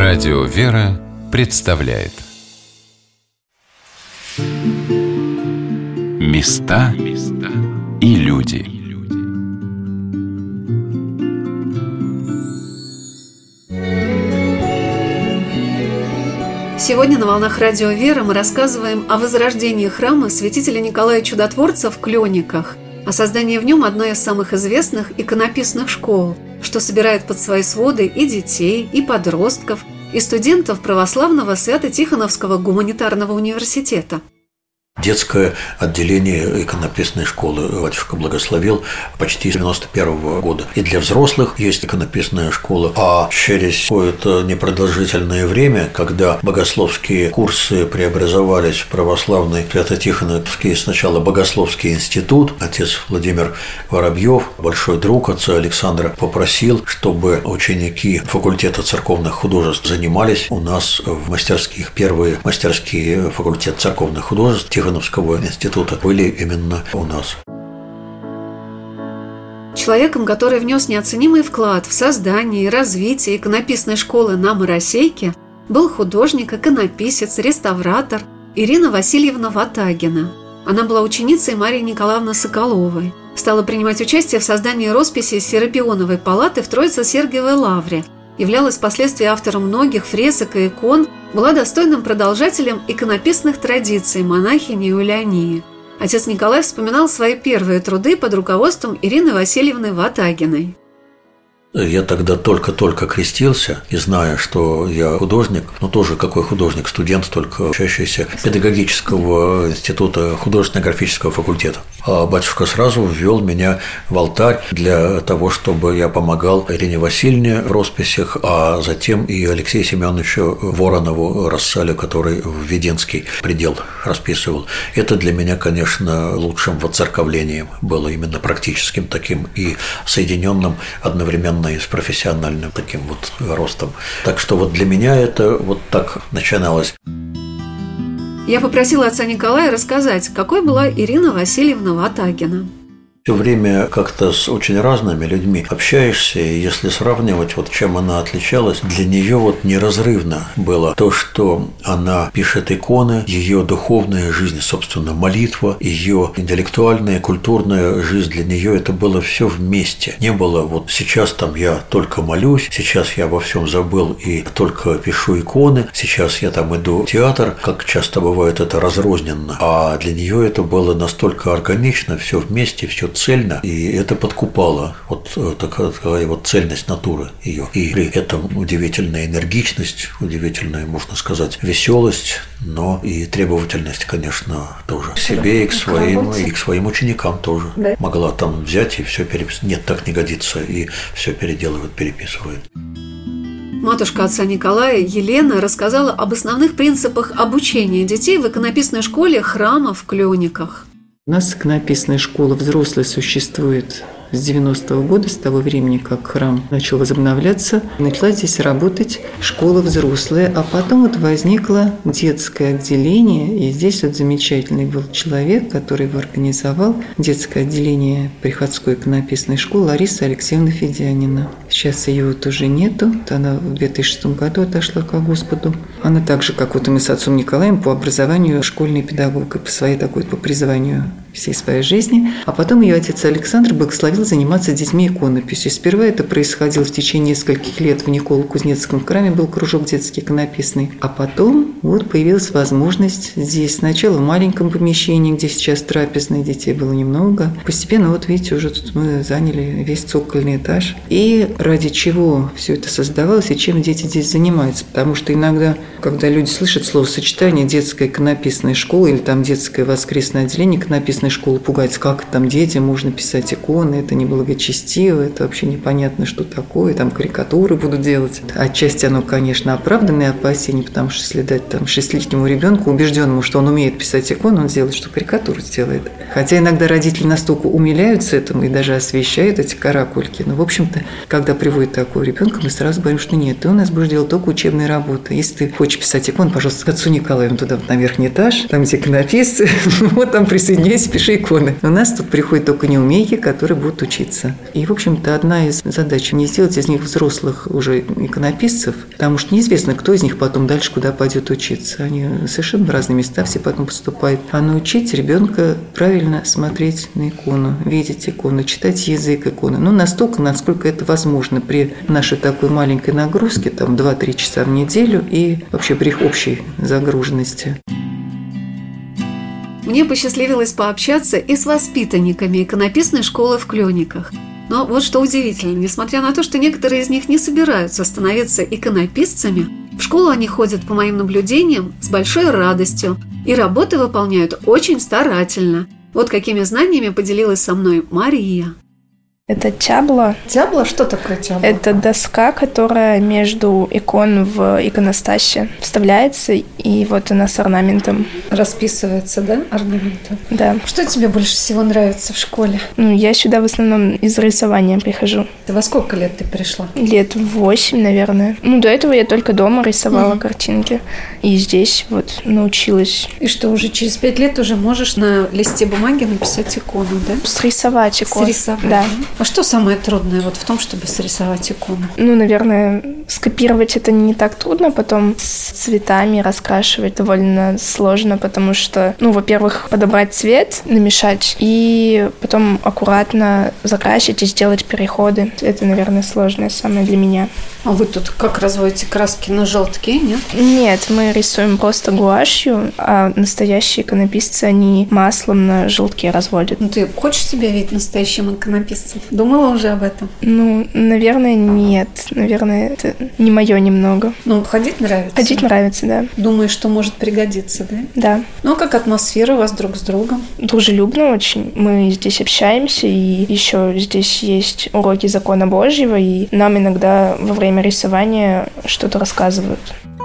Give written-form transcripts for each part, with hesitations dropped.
Радио «Вера» представляет Места и люди. Сегодня на волнах Радио «Вера» мы рассказываем о возрождении храма святителя Николая Чудотворца в Клёниках, о создании в нем одной из самых известных иконописных школ, что собирает под свои своды и детей, и подростков, и студентов православного Свято-Тихоновского гуманитарного университета. Детское отделение иконописной школы батюшка благословил почти с 91 года. И для взрослых есть иконописная школа. А через какое-то непродолжительное время, когда богословские курсы преобразовались в православный Свято-Тихоновский, сначала Богословский институт, отец Владимир Воробьев, большой друг отца Александра, попросил, чтобы ученики факультета церковных художеств занимались у нас в мастерских. Первые мастерские факультет церковных художеств Тихоновского института были именно у нас. Человеком, который внес неоценимый вклад в создание и развитие иконописной школы на Моросейке, был художник, иконописец, реставратор Ирина Васильевна Ватагина. Она была ученицей Марии Николаевны Соколовой. Стала принимать участие в создании росписи Серапионовой палаты в Троице-Сергиевой лавре. Являлась впоследствии автором многих фресок и икон, была достойным продолжателем иконописных традиций монахини Иулиании. Отец Николай вспоминал свои первые труды под руководством Ирины Васильевны Ватагиной. Я тогда только-только крестился, и зная, что я художник, тоже какой художник, студент, только учащийся педагогического института художественно-графического факультета. А батюшка сразу ввел меня в алтарь для того, чтобы я помогал Ирине Васильевне в росписях, а затем и Алексею Семеновичу Воронову Рассалю, который в Веденский предел расписывал. Это для меня, конечно, лучшим воцерковлением было, именно практическим таким и соединенным одновременно и с профессиональным таким ростом. Так что для меня это так начиналось. Я попросила отца Николая рассказать, какой была Ирина Васильевна Ватагина. Все время как-то с очень разными людьми общаешься, и если сравнивать, чем она отличалась, для нее неразрывно было то, что она пишет иконы, ее духовная жизнь, собственно, молитва, ее интеллектуальная, культурная жизнь, для нее это было все вместе. Не было сейчас я только молюсь, сейчас я во всем забыл и только пишу иконы, сейчас я иду в театр, как часто бывает это разрозненно. А для нее это было настолько органично, все вместе, все цельно, и это подкупало такая цельность натуры ее. И при этом удивительная энергичность, удивительная, можно сказать, веселость, но и требовательность, конечно, тоже. К себе и к своим ученикам тоже. Да. Могла взять и все переписать. Нет, так не годится, и все переделывает, переписывает. Матушка отца Николая Елена рассказала об основных принципах обучения детей в иконописной школе храма в Клёниках. У нас иконописная школа взрослая существует с 90-го года, с того времени, как храм начал возобновляться. Начала здесь работать школа взрослая, а потом возникло детское отделение. И здесь замечательный был человек, который его организовал, детское отделение приходской иконописной школы, Лариса Алексеевна Федянина. Сейчас ее уже нету, она в 2006 году отошла ко Господу. Она так же, как мы с отцом Николаем, по образованию школьный педагог и по призванию всей своей жизни. А потом ее отец Александр благословил заниматься детьми иконописью. Сперва это происходило в течение нескольких лет в Николо-Кузнецком храме, был кружок детский иконописный. А потом появилась возможность здесь сначала в маленьком помещении, где сейчас трапезные, детей было немного. Постепенно, видите, уже тут мы заняли весь цокольный этаж. И ради чего все это создавалось и чем дети здесь занимаются. Потому что иногда, когда люди слышат словосочетание «детская иконописная школа» или детское воскресное отделение иконописной школы, пугается, как детям можно писать иконы, это неблагочестиво, это вообще непонятно, что такое, карикатуры будут делать. Отчасти оно, конечно, оправданное опасение, потому что если дать 6-летнему ребенку, убежденному, что он умеет писать иконы, он сделает, что карикатуру сделает. Хотя иногда родители настолько умиляются этому и даже освещают эти каракульки. Но, в общем-то, когда приводят такого ребенка, мы сразу говорим, что нет, ты у нас будешь делать только учебные работы. Если ты хочешь писать иконы, пожалуйста, к отцу Николаю туда на верхний этаж, там где иконописцы, там присоединяйся, пиши иконы. У нас тут приходят только неумейки, которые будут учиться. И, в общем-то, одна из задач не сделать из них взрослых уже иконописцев, потому что неизвестно, кто из них потом дальше куда пойдет учиться. Они совершенно в разные места все потом поступают. А научить ребенка правильно смотреть на икону, видеть икону, читать язык иконы. Ну, настолько, насколько это возможно при нашей такой маленькой нагрузке, там 2-3 часа в неделю и вообще при их общей загруженности. Мне посчастливилось пообщаться и с воспитанниками иконописной школы в Клёниках. Но вот что удивительно, несмотря на то, что некоторые из них не собираются становиться иконописцами, в школу они ходят, по моим наблюдениям, с большой радостью и работы выполняют очень старательно. Вот какими знаниями поделилась со мной Мария. Это тябло. Тябло? Что такое тябло? Это доска, которая между икон в иконостасе вставляется, и вот она с орнаментом. Расписывается, да, орнаментом? Да. Что тебе больше всего нравится в школе? Я сюда в основном из рисования прихожу. Ты во сколько лет ты пришла? Лет 8, наверное. До этого я только дома рисовала картинки. И здесь вот научилась. И что, уже через 5 лет уже можешь на листе бумаги написать икону, да? Срисовать икону. Срисовать, да. А что самое трудное вот в том, чтобы срисовать икону? Наверное, скопировать это не так трудно, потом с цветами раскрашивать довольно сложно, потому что, во-первых, подобрать цвет, намешать, и потом аккуратно закрасить и сделать переходы. Это, наверное, сложное самое для меня. А вы тут как разводите краски на желтке, нет? Нет, мы рисуем просто гуашью, а настоящие иконописцы, они маслом на желтке разводят. Ты хочешь себя видеть настоящим иконописцем? Думала уже об этом? Наверное, нет. Наверное, это не мое немного. Ходить нравится? Ходить нравится, да. Думаешь, что может пригодиться, да? Да. А как атмосфера у вас друг с другом? Дружелюбно очень. Мы здесь общаемся, и еще здесь есть уроки закона Божьего, и нам иногда во время рисования что-то рассказывают.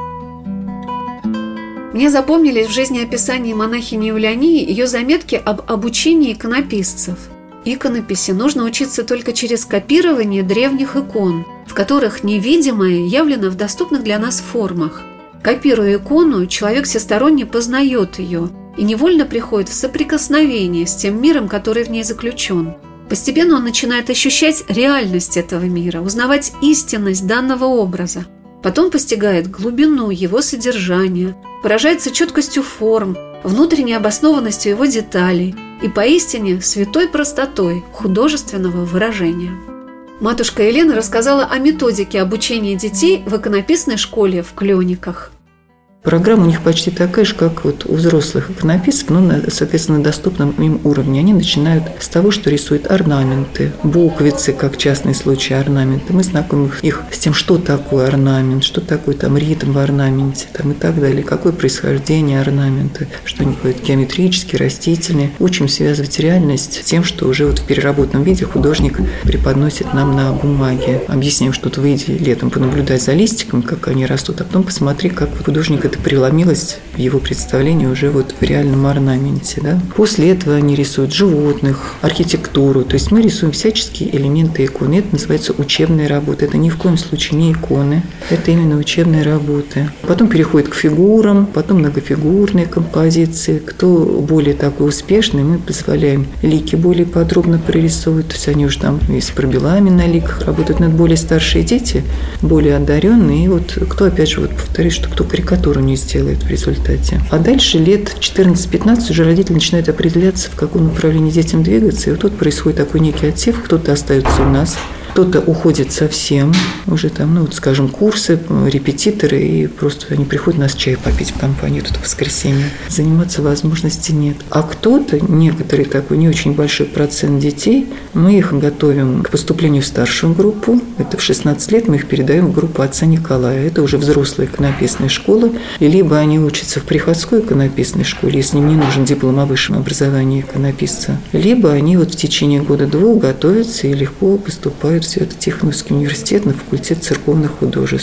Мне запомнились в жизнеописании монахини Юлиании ее заметки об обучении иконописцев. Иконописи нужно учиться только через копирование древних икон, в которых невидимое явлено в доступных для нас формах. Копируя икону, человек всесторонне познает ее и невольно приходит в соприкосновение с тем миром, который в ней заключен. Постепенно он начинает ощущать реальность этого мира, узнавать истинность данного образа. Потом постигает глубину его содержания, поражается четкостью форм, внутренней обоснованностью его деталей и поистине святой простотой художественного выражения. Матушка Елена рассказала о методике обучения детей в иконописной школе в Клёниках. Программа у них почти такая же, как вот у взрослых иконописцев, но, соответственно, на доступном им уровне. Они начинают с того, что рисуют орнаменты, буквицы, как частный случай орнаменты. Мы знакомим их с тем, что такое орнамент, что такое там ритм в орнаменте и так далее, какое происхождение орнамента, что они бывают геометрические, растительные. Учим связывать реальность с тем, что уже вот в переработанном виде художник преподносит нам на бумаге. Объясняем, что ты выйди летом, понаблюдай за листиком, как они растут, а потом посмотри, как художник это преломилось в его представлении уже вот в реальном орнаменте. Да? После этого они рисуют животных, архитектуру. То есть мы рисуем всяческие элементы иконы. Это называется учебная работа. Это ни в коем случае не иконы. Это именно учебные работы. Потом переходит к фигурам, потом многофигурные композиции. Кто более такой успешный, мы позволяем лики более подробно прорисовывать. То есть они уже там и с пробелами на ликах работают. Но это более старшие дети, более одаренные. И вот кто, опять же, вот повторюсь, что кто карикатуру не сделает в результате. А дальше лет в 14-15 уже родители начинают определяться, в каком направлении детям двигаться. И вот тут происходит такой некий отсев. Кто-то остается у нас, кто-то уходит совсем, уже там, скажем, курсы, репетиторы, и просто они приходят нас чай попить в компанию тут в воскресенье. Заниматься возможности нет. А кто-то, некоторый такой не очень большой процент детей, мы их готовим к поступлению в старшую группу. Это в 16 лет мы их передаем в группу отца Николая. Это уже взрослые иконописные школы. И либо они учатся в приходской иконописной школе, если им не нужен диплом о высшем образовании иконописца, либо они вот в течение года-двух готовятся и легко поступают в Свято-Тихоновский университет на факультет церковных художеств.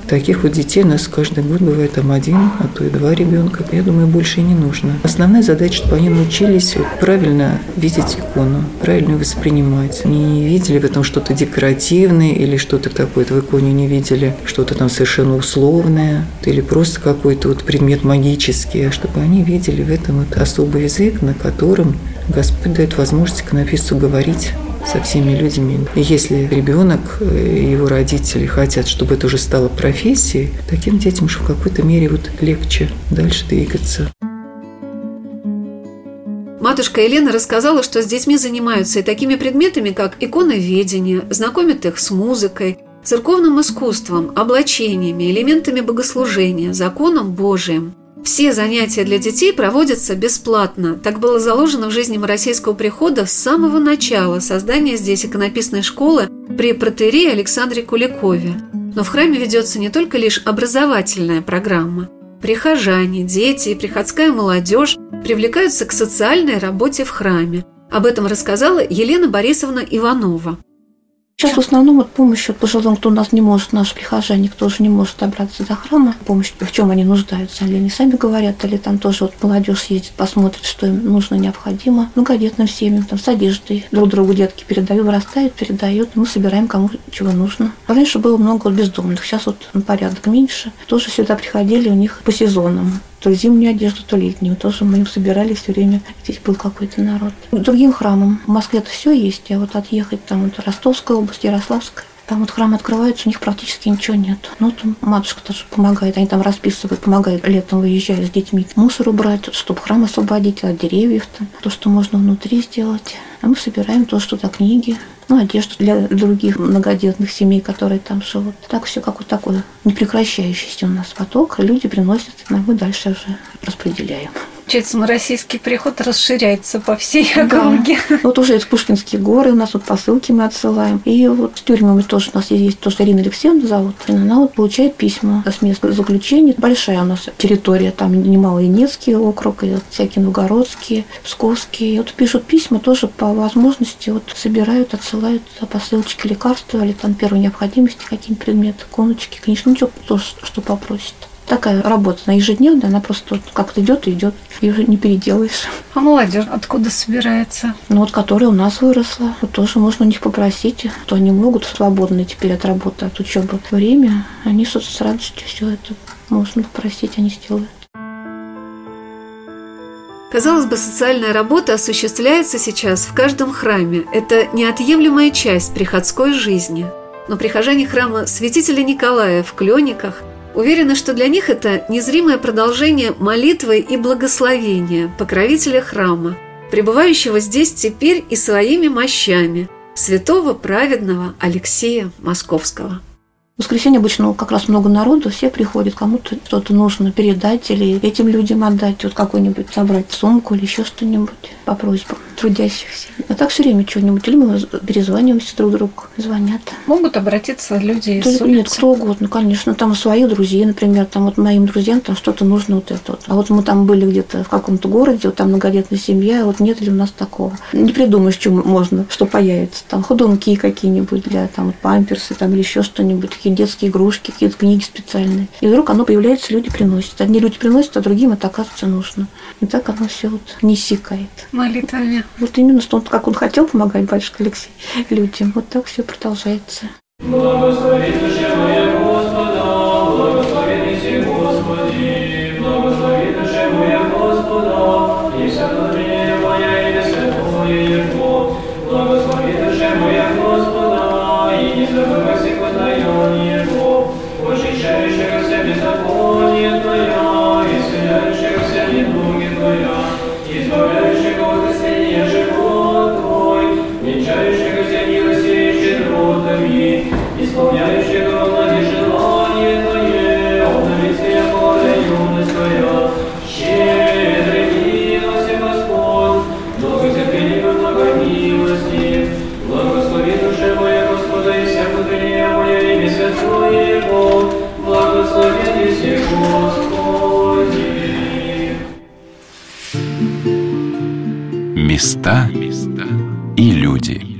Таких вот детей у нас каждый год бывает там 1, а то и 2 ребенка. Я думаю, больше и не нужно. Основная задача, чтобы они научились правильно видеть икону, правильно воспринимать. Не видели в этом что-то декоративное или что-то такое, в иконе не видели что-то там совершенно условное или просто какой-то вот предмет магический, чтобы они видели в этом вот особый язык, на котором Господь дает возможность иконописцу говорить со всеми людьми. И если ребенок и его родители хотят, чтобы это уже стало профессией, таким детям уже в какой-то мере вот легче дальше двигаться. Матушка Елена рассказала, что с детьми занимаются и такими предметами, как иконоведение, знакомят их с музыкой, церковным искусством, облачениями, элементами богослужения, законом Божиим. Все занятия для детей проводятся бесплатно. Так было заложено в жизни Моросейского прихода с самого начала создания здесь иконописной школы при протоиерее Александре Куликове. Но в храме ведется не только лишь образовательная программа. Прихожане, дети и приходская молодежь привлекаются к социальной работе в храме. Об этом рассказала Елена Борисовна Иванова. Сейчас в основном вот помощь от пожилым, кто у нас не может, наши прихожане, кто уже не может добраться до храма, помощь, в чем они нуждаются, или они сами говорят, или там тоже вот молодежь съездит, посмотрит, что им нужно, необходимо. Многодетным семьям, там с одеждой друг другу детки передают, вырастают, передают, мы собираем кому чего нужно. Раньше было много бездомных, сейчас вот на порядок меньше. Тоже сюда приходили у них по сезонам. То зимнюю одежду, то летнюю. Тоже мы им собирали все время. Здесь был какой-то народ. Другим храмам. В Москве-то все есть, а вот отъехать там вот Ростовская область, Ярославская. Там вот храм открывается, у них практически ничего нет. Ну, там матушка тоже помогает, они там расписывают, помогают летом, выезжая с детьми. Мусор убрать, чтобы храм освободить от деревьев, там, то, что можно внутри сделать. А мы собираем то, что-то, книги, одежду для других многодетных семей, которые там живут. Так все какой-то такой непрекращающийся у нас поток. Люди приносят, а мы дальше уже распределяем. Получается, Моросейский приход расширяется по всей округе. Да. Вот уже из Пушкинские горы у нас вот посылки мы отсылаем. И вот с тюрьмами тоже у нас есть тоже Ирина Алексеевна зовут. Она вот получает письма с мест заключения. Большая у нас территория, там немало и Невский округ, и всякие новгородские, псковские. И вот пишут письма тоже по возможности, вот собирают, отсылают посылочки, лекарства или там первой необходимости, какие-нибудь предметы, иконочки, книжки, ну что попросит. Такая работа, она ежедневная, она просто вот как-то идет и идет, ее уже не переделаешь. А молодежь откуда собирается? Ну вот, которая у нас выросла, вот тоже можно у них попросить, то они могут свободно теперь от работы, от учебы время, они с радостью все это можно попросить, они сделают. Казалось бы, социальная работа осуществляется сейчас в каждом храме. Это неотъемлемая часть приходской жизни. Но прихожане храма святителя Николая в Клёниках уверены, что для них это незримое продолжение молитвы и благословения покровителя храма, пребывающего здесь теперь и своими мощами, святого праведного Алексея Московского. В воскресенье обычно как раз много народу, все приходят, кому-то что-то нужно передать или этим людям отдать, вот какой-нибудь собрать сумку или еще что-нибудь по просьбам трудящихся. А так все время что-нибудь, или мы перезваниваемся друг другу, звонят. Могут обратиться люди из улицы? Нет, кто угодно, конечно. Там своих друзей, например, там вот моим друзьям там что-то нужно вот это вот. А вот мы там были где-то в каком-то городе, вот там многодетная семья, вот нет ли у нас такого. Не придумаешь, что можно, что появится. Там ходунки какие-нибудь для там вот, памперсы там или еще что-нибудь, какие детские игрушки, какие-то книги специальные. И вдруг оно появляется, люди приносят. Одни люди приносят, а другим это, оказывается, нужно. И так оно все вот не иссякает. Молитвами. Вот именно, что он, как он хотел помогать, батюшка Алексей, людям. Вот так все продолжается. Благослови душе моя Господа, благослови Ты, Господи, благослови душе моя Господа, и вся внутренняя моя и святое Его. Благослови душе моя Господа, и не забывай всех воздаяние Его, очищающегося беззаконие Твоя, исцеляющегося недуги Твоя, избавляющего от исцеления живот Твой, венчающегося милостью и щедротами, исполняющего влади желание Твое, обновить Твоя года юность Твоя, щедрый милости Господь, долготерпеливый, много милости, благослови душе моя Господа и вся внутренняя моя имя святое Его, благослови Ты, Господи. Места и люди.